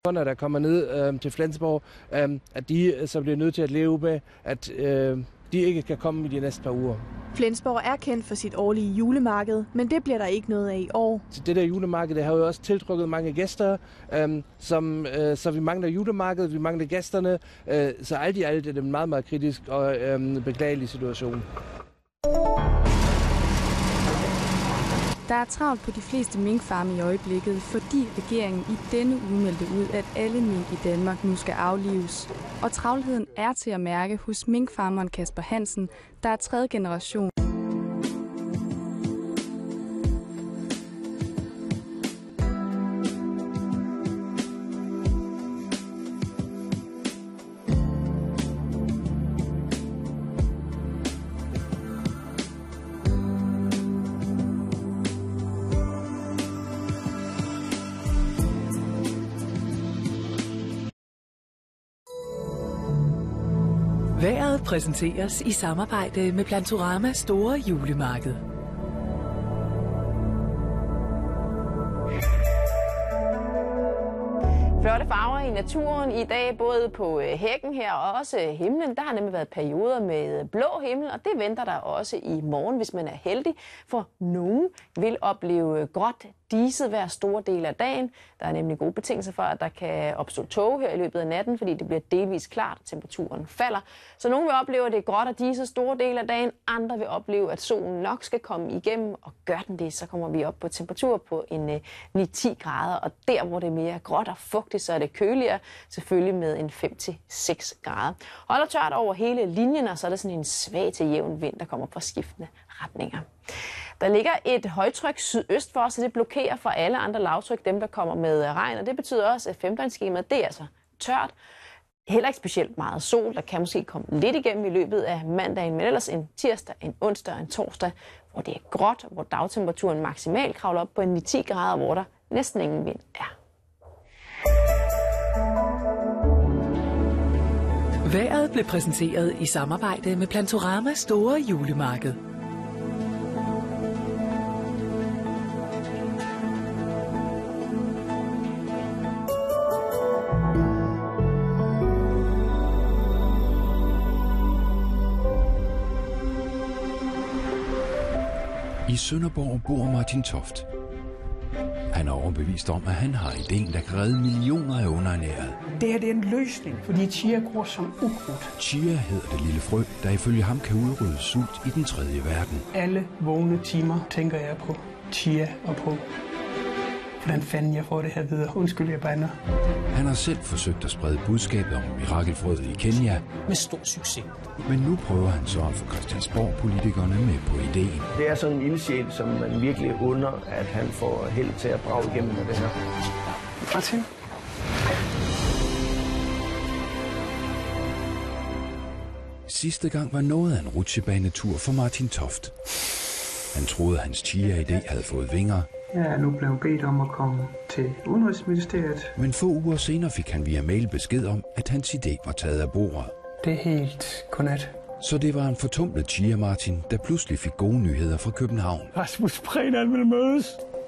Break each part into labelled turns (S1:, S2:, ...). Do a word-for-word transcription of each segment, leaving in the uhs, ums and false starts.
S1: der kommer ned øh, til Flensborg, øh, at de så bliver nødt til at leve med, at øh, de ikke kan komme i de næste par uger.
S2: Flensborg er kendt for sit årlige julemarked, men det bliver der ikke noget af i år.
S1: Så det der julemarked, det har jo også tiltrukket mange gæster, øh, som, øh, så vi mangler julemarkedet, vi mangler gæsterne, øh, så alt i alt er det en meget, meget kritisk og øh, beklagelig situation.
S3: Der er travlt på de fleste minkfarme i øjeblikket, fordi regeringen i denne uge meldte ud, at alle mink i Danmark nu skal aflives. Og travlheden er til at mærke hos minkfarmeren Kasper Hansen, der er tredje generation.
S4: Vejret præsenteres i samarbejde med Plantorama Store Julemarked.
S5: Flotte farver i naturen i dag, både på hækken her og også himlen. Der har nemlig været perioder med blå himmel, og det venter der også i morgen, hvis man er heldig. For nogen vil opleve gråt diset hver store del af dagen. Der er nemlig gode betingelser for, at der kan opstå tåge her i løbet af natten, fordi det bliver delvis klart, og temperaturen falder. Så nogle vil opleve, at det er gråt og diset store del af dagen. Andre vil opleve, at solen nok skal komme igennem, og gør den det, så kommer vi op på temperatur på en ni til ti grader. Og der, hvor det er mere gråt og fugtigt, så er det køligere, selvfølgelig med en fem til seks grader. Holder tørt over hele linjen, og så er der sådan en svag til jævn vind, der kommer fra skiftende retninger. Der ligger et højtryk sydøst for os, så det blokerer for alle andre lavtryk, dem der kommer med regn. Og det betyder også, at femdøgnsskemaet, det er altså tørt. Heller ikke specielt meget sol. Der kan måske komme lidt igennem i løbet af mandagen, men ellers en tirsdag, en onsdag og en torsdag, hvor det er gråt, hvor dagtemperaturen maksimalt kravler op på en ni til ti grader, hvor der næsten ingen vind er.
S4: Vejret blev præsenteret i samarbejde med Plantorama Store Julemarked.
S6: I Sønderborg bor Martin Toft. Han er overbevist om, at han har ideen, der kan redde millioner af underernærede.
S7: Det her det er en løsning, fordi chia gror som ukrudt.
S6: Chia hedder det lille frø, der ifølge ham kan udrydde sult i den tredje verden.
S7: Alle vågne timer tænker jeg på chia og på, hvordan fanden jeg får det her videre. Undskyld, jeg bander.
S6: Han har selv forsøgt at sprede budskabet om mirakelfrøet i Kenya.
S8: Med stor succes.
S6: Men nu prøver han så at få Christiansborg-politikerne med på ideen.
S9: Det er sådan en ildsjæl, som man virkelig under, at han får held til at brage igennem med det her.
S7: Martin.
S6: Sidste gang var noget af en rutsjebanetur for Martin Toft. Han troede, at hans chia-idé havde fået vinger.
S7: Jeg er nu blevet bedt om at komme til Udenrigsministeriet.
S6: Men få uger senere fik han via mail besked om, at hans idé var taget af bordet.
S7: Det er helt godnat.
S6: Så det var en fortumlet chia Martin, der pludselig fik gode nyheder fra København.
S7: Rasmus Prehn vil mødes.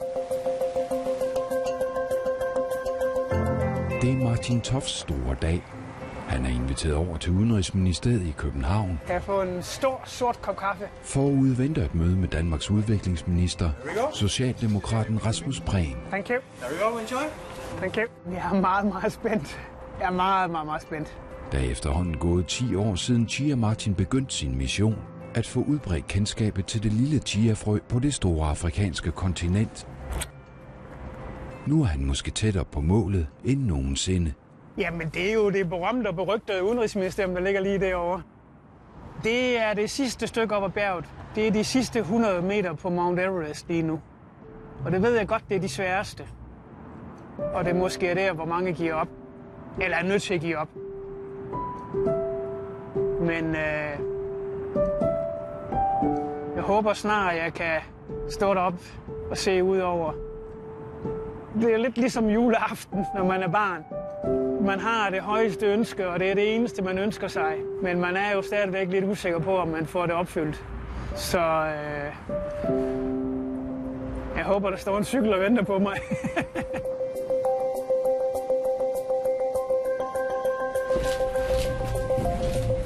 S6: Det er Martin Tofts store dag. Han er inviteret over til Udenrigsministeriet i København.
S7: Kan jeg få en stor, sort kop kaffe?
S6: Forud venter et møde med Danmarks udviklingsminister, Socialdemokraten Rasmus Prehn.
S7: Thank you. There we go, enjoy. Thank you. Jeg er meget, meget spændt. Jeg er meget, meget, meget spændt.
S6: Der er efterhånden gået ti år siden Chia Martin begyndte sin mission, at få udbredt kendskabet til det lille chia-frø på det store afrikanske kontinent. Nu er han måske tættere på målet end nogensinde.
S7: Jamen, det er jo det berømte og berygtede udenrigsministerium, der ligger lige derovre. Det er det sidste stykke op ad bjerget. Det er de sidste hundrede meter på Mount Everest lige nu. Og det ved jeg godt, det er de sværeste. Og det måske er der, hvor mange giver op. Eller er nødt til at give op. Men øh, jeg håber snart, at jeg kan stå derop og se ud over. Det er lidt ligesom juleaften, når man er barn. Man har det højeste ønske, og det er det eneste, man ønsker sig. Men man er jo stadigvæk lidt usikker på, om man får det opfyldt. Så øh, jeg håber, der står en cykel og venter på mig.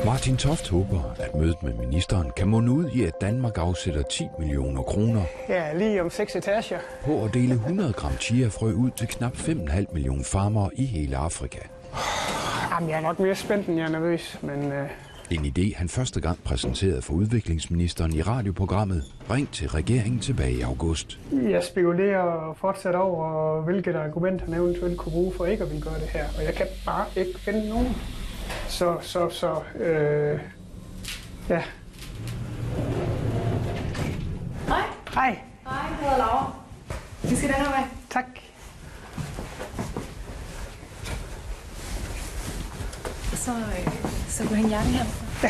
S6: Martin Toft håber, at mødet med ministeren kan munde ud i, at Danmark afsætter ti millioner kroner
S7: Ja, lige om seks etager.
S6: på at dele hundrede gram chiafrø ud til knap fem komma fem millioner farmere i hele Afrika.
S7: Jamen, jeg er nok mere spændt, end jeg er nervøs, men... Øh...
S6: En idé, han første gang præsenterede for udviklingsministeren i radioprogrammet Ring til regeringen tilbage i august.
S7: Jeg spekulerer fortsat over, hvilket argument han eventuelt kunne bruge for ikke at ville gøre det her, og jeg kan bare ikke finde nogen. Så, så, så, øh... ja.
S2: Hej.
S7: Hej.
S2: Hej, jeg hedder Laura. Vi skal den her med.
S7: Tak.
S2: Så, øh, så gå hen jakken her.
S7: Ja.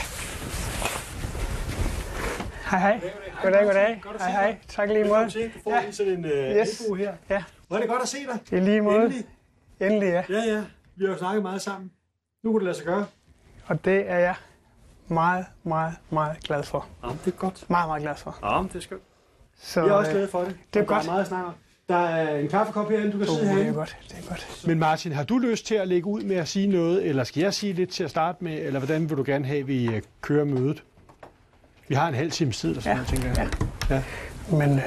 S7: Hej, hej. Goddag, goddag. Hej, hej. Tak lige måde.
S8: Du får lige sådan en uh,
S7: Yes.
S8: elbo her.
S7: Ja.
S8: Hvor er det godt at se dig.
S7: Det er lige måde.
S8: Endelig.
S7: Endelig, ja.
S8: Ja, ja. Vi har jo snakket meget sammen. Nu kunne det lade sig gøre.
S7: Og det er jeg meget, meget, meget glad for.
S8: Jamen, det er godt.
S7: Meget, meget glad for.
S8: Jamen, det er skønt.
S7: Så,
S8: Jeg er også glad for det.
S7: Det er
S8: Og
S7: godt.
S8: Der er meget at snakke om. Der er en kaffekop herinde, du kan
S7: Oh,
S8: sidde
S7: det
S8: herinde.
S7: er godt, det er godt.
S8: Men Martin, har du lyst til at lægge ud med at sige noget, eller skal jeg sige lidt til at starte med, eller hvordan vil du gerne have, at vi øh, kører mødet? Vi har en halv times tid, og sådan
S7: Ja,
S8: noget, tænker jeg.
S7: ja.
S8: Ja.
S7: Men øh,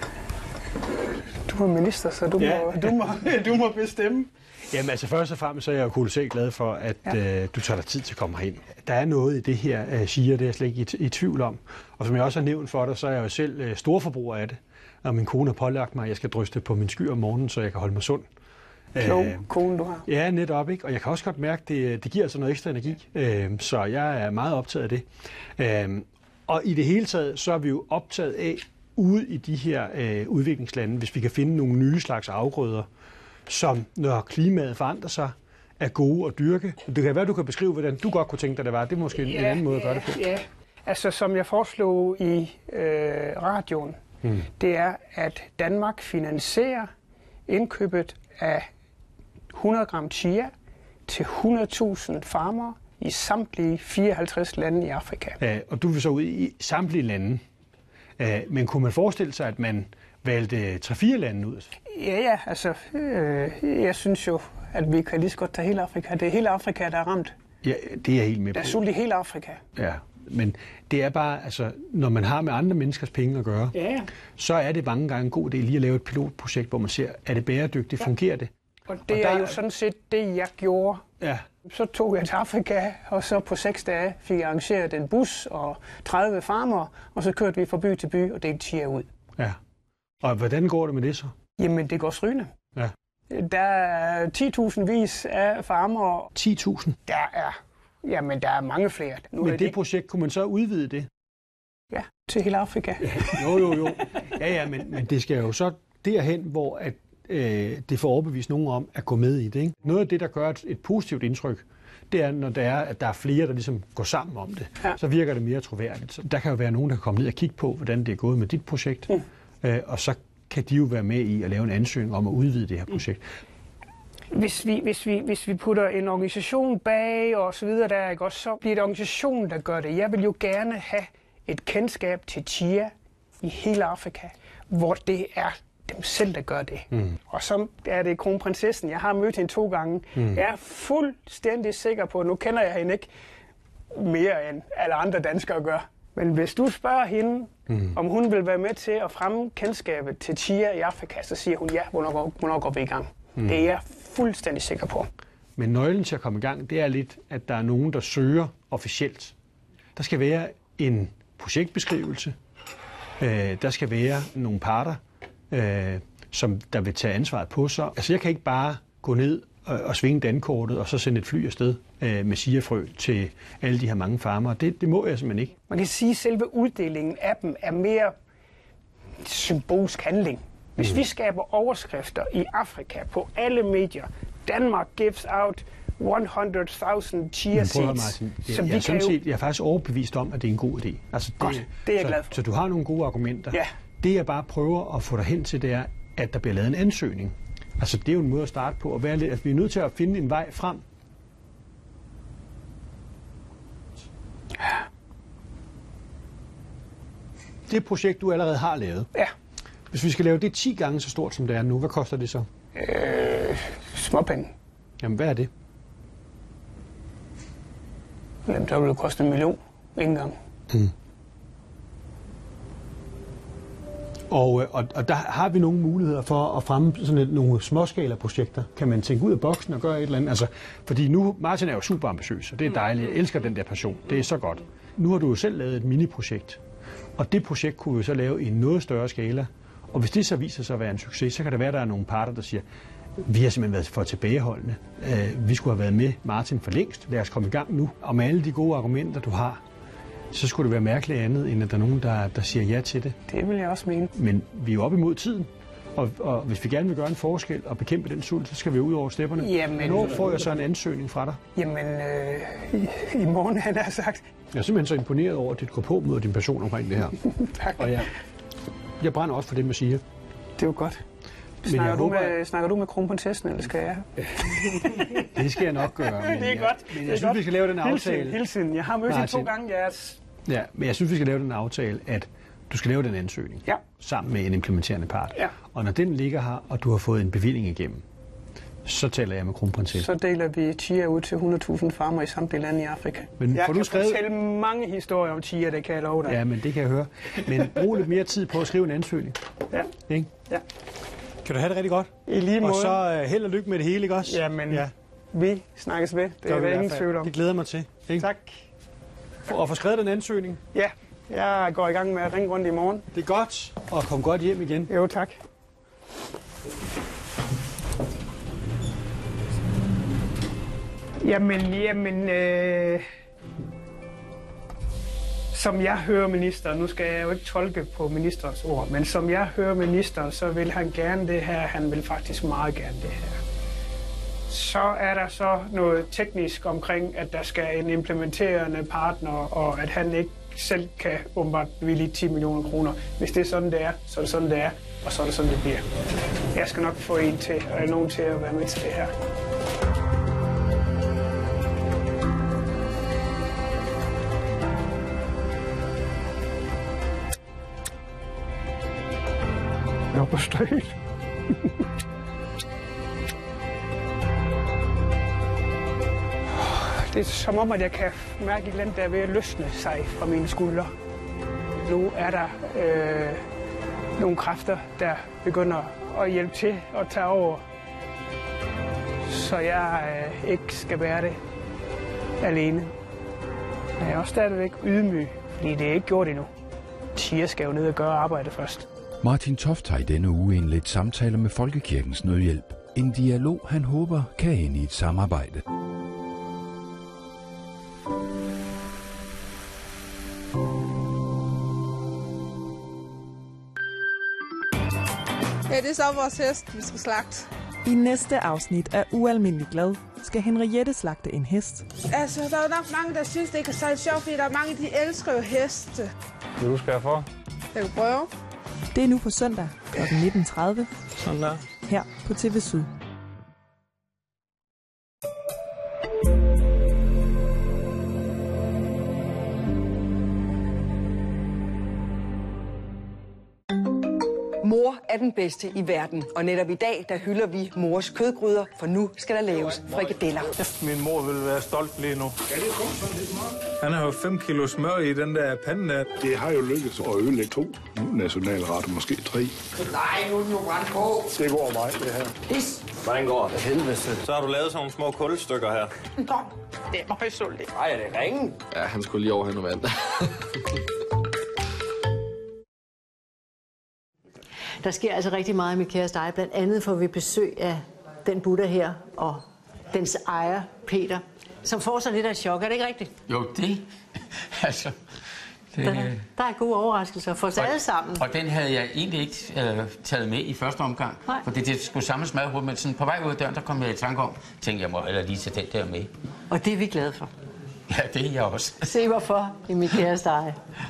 S7: du er minister, så du,
S8: Ja.
S7: må, du, må, du må bestemme.
S8: Jamen altså først og fremmest så er jeg jo kolossalt glad for, at ja. øh, du tager dig tid til at komme herind. Der er noget i det her, øh, siger, det er jeg slet ikke i, i tvivl om. Og som jeg også har nævnt for dig, så er jeg jo selv øh, storforbruger af det. Og min kone har pålagt mig, at jeg skal dryste på min sky om morgenen, så jeg kan holde mig sund.
S7: Klog kone, du har.
S8: Ja, netop, ikke? Og jeg kan også godt mærke, at det, det giver altså noget ekstra energi. Øh, så jeg er meget optaget af det. Øh, og i det hele taget, så er vi jo optaget af, ude i de her øh, udviklingslande, hvis vi kan finde nogle nye slags afgrøder, som når klimaet forandrer sig, er gode at dyrke. Det kan være, du kan beskrive, hvordan du godt kunne tænke dig, det var. Det er måske ja, en anden måde at gøre det på.
S7: Ja, altså som jeg foreslog i øh, radioen, hmm. det er, at Danmark finansierer indkøbet af hundrede gram chia til hundrede tusind farmere i samtlige fireoghalvtreds lande i Afrika.
S8: Ja, og du vil så ud i samtlige lande. Ja, men kunne man forestille sig, at man valgte tre fire lande ud?
S7: Ja, ja, altså, øh, jeg synes jo, at vi kan lige så godt tage hele Afrika. Det er hele Afrika, der er ramt.
S8: Ja, det er jeg helt med på.
S7: Der er sult i hele Afrika.
S8: Ja, men det er bare, altså, når man har med andre menneskers penge at gøre,
S7: ja, ja.
S8: så er det mange gange en god idé lige at lave et pilotprojekt, hvor man ser, er det bæredygtigt, ja. fungerer det?
S7: Og det og er der... jo sådan set det, jeg gjorde.
S8: Ja.
S7: Så tog jeg til Afrika, og så på seks dage fik jeg arrangeret en bus og tredive farmere, og så kørte vi fra by til by og delte chia ud.
S8: Ja. Og hvordan går det med det så?
S7: Jamen, det går strygende.
S8: Ja.
S7: Der er ti tusind vis af farmere.
S8: ti tusind?
S7: Der er, jamen, der er mange flere. Nu
S8: men
S7: det
S8: de... projekt, kunne man så udvide det?
S7: Ja, til hele Afrika.
S8: jo, jo, jo. Ja, ja, men, men det skal jo så derhen, hvor at, øh, det får overbevist nogen om at gå med i det. Ikke? Noget af det, der gør et, et positivt indtryk, det er, når der er, at der er flere, der ligesom går sammen om det. Ja. Så virker det mere troværdigt. Så der kan jo være nogen, der kan komme ned og kigge på, hvordan det er gået med dit projekt. Mm. Øh, og så kan de jo være med i at lave en ansøgning om at udvide det her projekt.
S7: Hvis vi, hvis vi, hvis vi putter en organisation bag og så videre, der, ikke, også, så bliver det organisationen, der gør det. Jeg vil jo gerne have et kendskab til chia i hele Afrika, hvor det er dem selv, der gør det. Mm. Og så er det kronprinsessen. Jeg har mødt hende to gange. Mm. Jeg er fuldstændig sikker på, nu kender jeg hende ikke mere end alle andre danskere gør. Men hvis du spørger hende, mm. om hun vil være med til at fremme kendskabet til chia i Afrika, så siger hun ja, hvornår går, hvornår går vi i gang. Mm. Det er jeg fuldstændig sikker på.
S8: Men nøglen til at komme i gang, det er lidt, at der er nogen, der søger officielt. Der skal være en projektbeskrivelse. Øh, der skal være nogle parter, øh, som der vil tage ansvaret på sig. Altså jeg kan ikke bare gå ned og, og svinge dankortet og så sende et fly afsted øh, med chiafrø til alle de her mange farmere. Det, det må jeg simpelthen ikke.
S7: Man kan sige, at selve uddelingen af dem er mere symbolsk handling. Hvis mm. vi skaber overskrifter i Afrika på alle medier, Danmark gives out hundrede tusind chia seeds.
S8: Martin, jeg, jeg, jeg, er jo... set, jeg er faktisk overbevist om, at det er en god idé. Altså, det,
S7: Godt, det er jeg
S8: så,
S7: glad for.
S8: Så du har nogle gode argumenter.
S7: Ja.
S8: Det jeg bare prøver at få dig hen til, det er, at der bliver lavet en ansøgning. Altså det er jo en måde at starte på. At være lidt, altså, vi er nødt til at finde en vej frem. Det projekt, du allerede har lavet.
S7: Ja.
S8: Hvis vi skal lave det ti gange så stort, som det er nu, hvad koster det så?
S7: Øh, småpenge.
S8: Jamen, hvad er det?
S7: Jamen, der vil det koste en million. Ikke engang.
S8: Mm. Og, og, og der har vi nogle muligheder for at fremme sådan et, nogle småskala-projekter. Kan man tænke ud af boksen og gøre et eller andet? Altså, fordi nu, Martin er jo super ambitiøs, og det er dejligt. Jeg elsker den der passion. Det er så godt. Nu har du jo selv lavet et mini-projekt. Og det projekt kunne vi så lave i en noget større skala. Og hvis det så viser sig at være en succes, så kan det være, at der er nogle parter, der siger, vi har simpelthen været for tilbageholdende. Vi skulle have været med Martin for længst. Lad os komme i gang nu. Og med alle de gode argumenter, du har, så skulle det være mærkeligt andet, end at der er nogen, der, der siger ja til det.
S7: Det vil jeg også mene.
S8: Men vi er jo op imod tiden. Og, og hvis vi gerne vil gøre en forskel og bekæmpe den sult, så skal vi ud over stepperne.
S7: Jamen,
S8: Hvornår får jeg så en ansøgning fra dig?
S7: Jamen, øh, i, i morgen, han har sagt.
S8: Jeg er simpelthen så imponeret over dit gå-på-mod og din passion omkring det her.
S7: Tak.
S8: Og jeg, jeg brænder også for det, man siger.
S7: Det er jo godt. Snakker, du, håber, med, snakker du med kronprinsessen, eller skal jeg?
S8: Det skal jeg nok gøre. Men
S7: det er
S8: jeg,
S7: godt.
S8: Men jeg
S7: det
S8: synes,
S7: godt.
S8: vi skal lave den aftale.
S7: Hilsen, hilsen. Jeg har mødt hende to gange. Yes.
S8: Ja, men jeg synes, vi skal lave den aftale, at du skal lave den ansøgning.
S7: Ja.
S8: Sammen med en implementerende part.
S7: Ja.
S8: Og når den ligger her, og du har fået en bevilling igennem, så taler jeg med kronprinsessen.
S7: Så deler vi chia ud til hundrede tusind farmer i samtlige lande i Afrika.
S8: Men
S7: jeg
S8: får
S7: kan
S8: du skrevet...
S7: fortælle mange historier om chia, det kan jeg love dig.
S8: Ja, men det kan jeg høre. Men brug lidt mere tid på at skrive en ansøgning.
S7: Ja.
S8: Ikke?
S7: Ja.
S8: Kan du have det rigtig godt?
S7: I lige måde.
S8: Og så uh, held og lykke med det hele, ikke også?
S7: Jamen, ja. Vi snakkes ved. Det er der ingen tvivl om.
S8: Det glæder mig til. Ikke?
S7: Tak.
S8: Og få skrevet den ansøgning?
S7: Ja. Jeg går i gang med at ringe rundt i morgen.
S8: Det er godt. Og kom godt hjem igen.
S7: Jo, tak. Jamen, jamen... Øh... Som jeg hører ministeren, nu skal jeg jo ikke tolke på ministerens ord, men som jeg hører ministeren, så vil han gerne det her, han vil faktisk meget gerne det her. Så er der så noget teknisk omkring, at der skal en implementerende partner, og at han ikke selv kan åbenbart bevilge ti millioner kroner. Hvis det er sådan, det er, så er det sådan, det er, og så er det sådan, det bliver. Jeg skal nok få en til, og nogen til at være med til det her. Jeg er på stødt. Det er som om, at jeg kan mærke et eller andet, der er ved at løsne sig fra mine skuldre. Nu er der øh, nogle kræfter, der begynder at hjælpe til at tage over, så jeg øh, ikke skal være det alene. Men jeg er også stadigvæk ydmyg, fordi det er ikke gjort endnu. Tia skal jo ned og gøre arbejdet først.
S6: Martin Toft har i denne uge indledt samtaler med Folkekirkens Nødhjælp. En dialog, han håber kan ende i et samarbejde.
S10: Ja, det er så vores hest, vi skal slagte.
S11: I næste afsnit af Ualmindelig Glad skal Henriette slagte en hest.
S10: Altså, der er jo nok mange, der synes, det ikke er særlig sjovt, fordi der er mange, de elsker jo heste.
S12: Vil du skære for?
S10: Jeg kan prøve.
S11: Det er nu på søndag klokken nitten tredive.
S12: Sådan der.
S11: Her på T V Syd.
S13: Mor er den bedste i verden, og netop i dag, der hylder vi mors kødgryder, for nu skal der laves frikadeller.
S12: Min mor vil være stolt lige nu. Ja, det er sådan lidt smør. Han har jo fem kilo smør i den der pande der.
S14: Det har jo lykkedes at ødelægge to nationalretter, måske tre.
S13: Nej, nu er den jo brændt på.
S14: Det går mig, det her.
S13: Pis.
S12: Hvordan går det? Helvede. Så har du lavet sådan nogle små kulstykker her.
S10: Nå, det er meget sultigt.
S12: Nej, er det ringen?
S15: Ja, han skulle lige over have noget vand.
S16: Der sker altså rigtig meget i mit kæreste eje. Blandt andet får vi besøg af den Buddha her og dens ejer, Peter, som får sig lidt af chok. Er det ikke rigtigt?
S17: Jo, det. altså, det...
S16: Der, der er gode overraskelser for os
S17: og,
S16: alle sammen.
S17: Og den havde jeg egentlig ikke øh, taget med i første omgang. Nej. Fordi det skulle samles med hovedet, men sådan på vej ud af døren, der kom jeg i tanke om, tænkte jeg må eller lige tage den der med.
S16: Og det er vi glade for.
S17: Ja, det er jeg også.
S16: Se hvorfor i mit kæreste eje.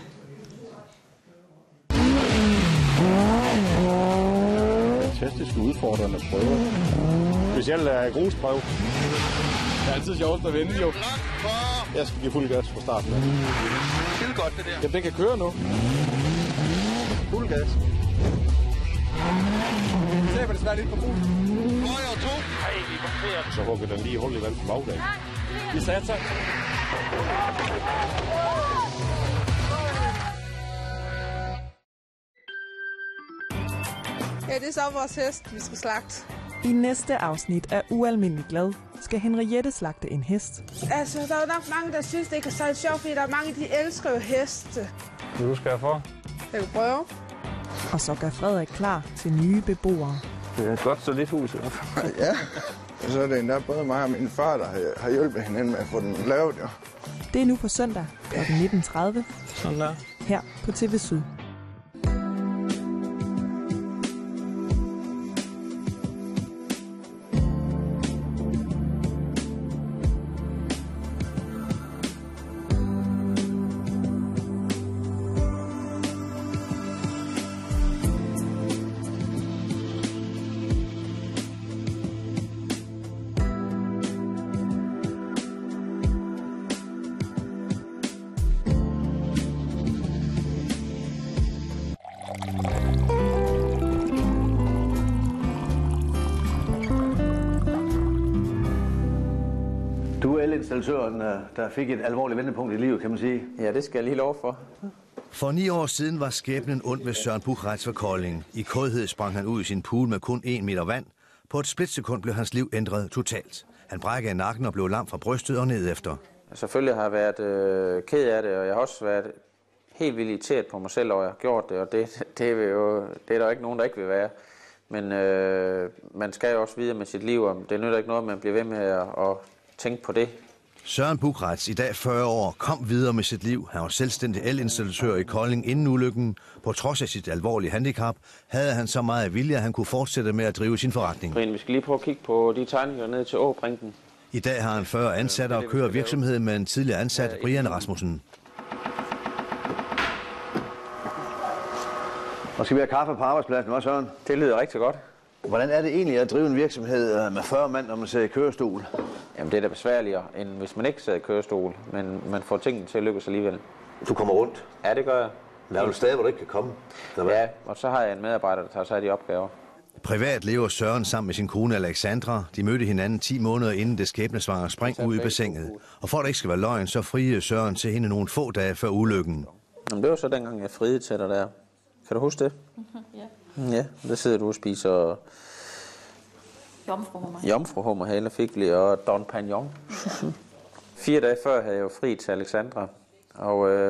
S14: Fantastiske udfordrende prøver. Specielt er grusprøve. Det er altid sjovt at vinde, jo. Jeg skal give fuld gas fra starten.
S12: Skide godt, det der.
S14: Jamen, den kan køre nu. Fuld gas.
S12: Så er det svært lidt på brug. Højre to.
S14: Så hugger den lige hul i vand på bagdagen.
S12: Vi satser.
S10: Ja, det er så vores hest, vi skal slagte.
S11: I næste afsnit af Ualmindelig Glad skal Henriette slagte en hest.
S10: Altså, der er jo nok mange, der synes, det ikke er særlig sjovt, fordi der er mange, de elsker jo heste.
S12: Vil du skal jeg for?
S10: Jeg vil prøve.
S11: Og så gør Frederik klar til nye beboere.
S14: Det er et godt solidt hus i hvert fald.
S15: Ja, og så er det endda både mig og min far, der har, har hjulpet hinanden med at få den lavet, jo.
S11: Det er nu på søndag klokken nitten tredive.
S12: Sådan der.
S11: Her på T V Syd.
S18: Du er elinstallatøren, der fik et alvorligt vendepunkt i livet, kan man sige.
S19: Ja, det skal jeg lige lov for.
S18: For ni år siden var skæbnen ond ved Søren Buchreitz ved Kolding. I kådhed sprang han ud i sin pool med kun en meter vand. På et splitsekund blev hans liv ændret totalt. Han brækkede nakken og blev lam fra brystet og ned efter.
S19: Selvfølgelig har jeg været øh, ked af det, og jeg har også været helt vildt irriteret på mig selv, og jeg har gjort det, og det, det, er, jo, det er der ikke nogen, der ikke vil være. Men øh, man skal jo også videre med sit liv, og det nytter ikke noget, at man bliver ved med at, at tænke på det.
S18: Søren Buchreitz, i dag fyrre år, kom videre med sit liv. Han var selvstændig elinstallatør i Kolding inden ulykken. På trods af sit alvorlige handicap, havde han så meget vilje, at han kunne fortsætte med at drive sin forretning.
S19: Brian, vi skal lige prøve at kigge på de tegninger ned til Åbrinken.
S18: I dag har han fyrre ansatte og kører virksomheden med en tidligere ansat, Brian Rasmussen. Og skal vi have kaffe på arbejdspladsen også, Søren?
S19: Det lyder rigtig godt.
S18: Hvordan er det egentlig at drive en virksomhed med fyrre mand, når man sidder i kørestol?
S19: Jamen, det er da besværligere, end hvis man ikke sidder i kørestol, men man får tingene til at lykkes alligevel.
S18: Du kommer rundt?
S19: Ja, det gør jeg.
S18: Der er jo steder, hvor du ikke kan komme.
S19: Ja, og så har jeg en medarbejder, der tager sig af de opgaver.
S18: Privat lever Søren sammen med sin kone Alexandra. De mødte hinanden ti måneder inden det skæbnesvangre spring ud i bassinet. Og for at det ikke skal være løgn, så friede Søren til hende nogle få dage før ulykken.
S19: Jamen, det var så dengang, jeg friede til dig der. Kan du huske det?
S20: Ja.
S19: Ja, der sidder du og spiser
S20: Jomfruhummer.
S19: Jomfruhummer, halefikli og Don Pignon. Fire dage før havde jeg jo fri til Alexandra, og øh,